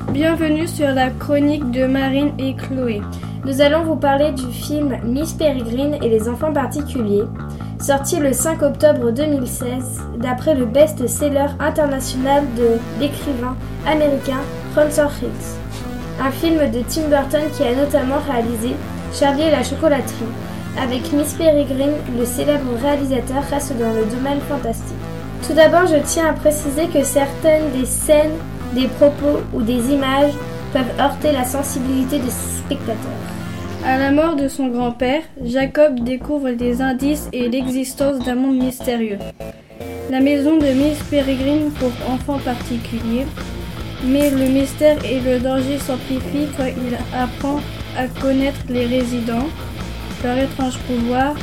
Bienvenue sur la chronique de Marine et Chloé. Nous allons vous parler du film Miss Peregrine et les enfants particuliers, sorti le 5 octobre 2016, d'après le best-seller international de l'écrivain américain Francis Hicks. Un film de Tim Burton qui a notamment réalisé Charlie et la chocolaterie. Avec Miss Peregrine, le célèbre réalisateur reste dans le domaine fantastique. Tout d'abord, je tiens à préciser que certaines des scènes, des propos ou des images peuvent heurter la sensibilité des spectateurs. À la mort de son grand-père, Jacob découvre des indices et l'existence d'un monde mystérieux. La maison de Miss Peregrine pour enfants particuliers, mais le mystère et le danger s'amplifient quand il apprend à connaître les résidents, leurs étranges pouvoirs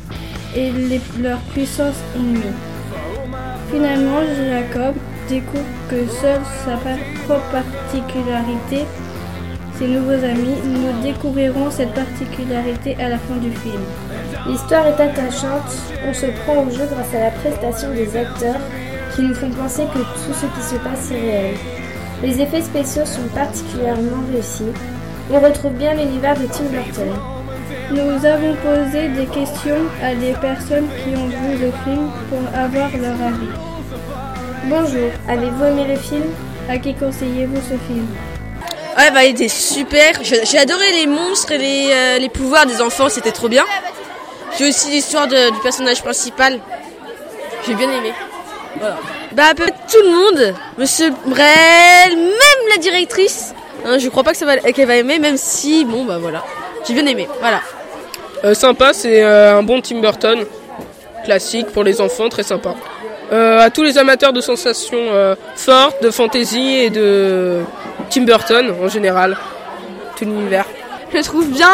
et leur puissance inouïe. Finalement, Jacob découvre que seule sa propre particularité, ses nouveaux amis, nous découvrirons cette particularité à la fin du film. L'histoire est attachante, on se prend au jeu grâce à la prestation des acteurs qui nous font penser que tout ce qui se passe est réel. Les effets spéciaux sont particulièrement réussis. On retrouve bien l'univers de Tim Burton. Nous avons posé des questions à des personnes qui ont vu le film pour avoir leur avis. Bonjour, avez-vous aimé le film ? À qui conseillez-vous ce film ? Ouais, il était super. J'ai adoré les monstres et les pouvoirs des enfants, c'était trop bien. J'ai aussi l'histoire du personnage principal. J'ai bien aimé. Voilà. À peu près tout le monde, Monsieur Brel, même la directrice. Je crois pas qu'elle va aimer, même si, voilà. J'ai bien aimé, voilà. Sympa, c'est un bon Tim Burton. Classique pour les enfants, très sympa. À tous les amateurs de sensations fortes, de fantasy et de Tim Burton en général, tout l'univers. Je le trouve bien,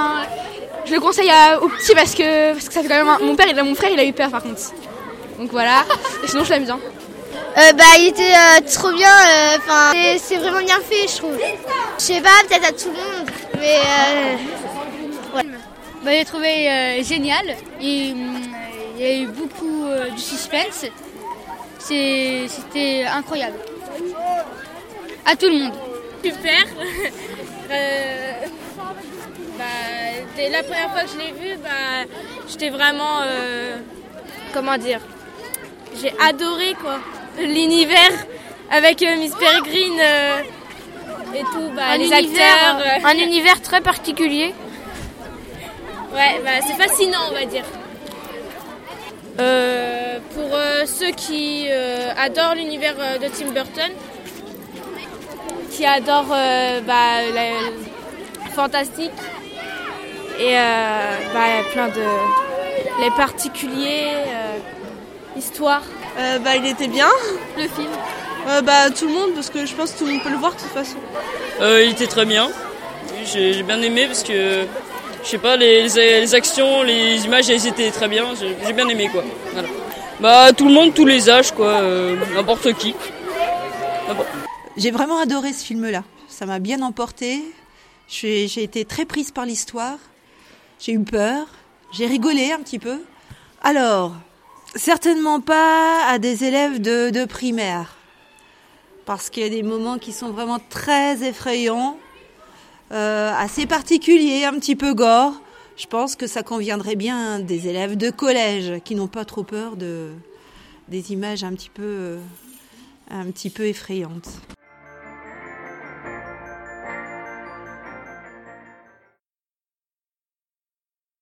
je le conseille aux petits parce que ça fait quand même mon frère il a eu peur par contre. Donc voilà, et sinon je l'aime bien. Il était trop bien, c'est vraiment bien fait je trouve. Je sais pas, peut-être à tout le monde, mais ouais. Je l'ai trouvé génial, il y a eu beaucoup de suspense, c'était incroyable. À tout le monde. Super. Dès la première fois que je l'ai vu, j'étais vraiment, j'ai adoré l'univers avec Miss Peregrine et tout, les acteurs. Un univers très particulier. Ouais, c'est fascinant, on va dire. Pour ceux qui adorent l'univers de Tim Burton, qui adorent le fantastique et plein de les particuliers, histoire. Il était bien, le film. Tout le monde, parce que je pense que tout le monde peut le voir de toute façon. Il était très bien. J'ai bien aimé parce que je sais pas, les actions, les images, elles étaient très bien. J'ai bien aimé quoi. Voilà. Tout le monde, tous les âges quoi, n'importe qui. J'ai vraiment adoré ce film-là. Ça m'a bien emporté. J'ai été très prise par l'histoire. J'ai eu peur. J'ai rigolé un petit peu. Alors, certainement pas à des élèves de primaire. Parce qu'il y a des moments qui sont vraiment très effrayants, assez particuliers, un petit peu gore. Je pense que ça conviendrait bien à des élèves de collège qui n'ont pas trop peur des images un petit peu effrayantes.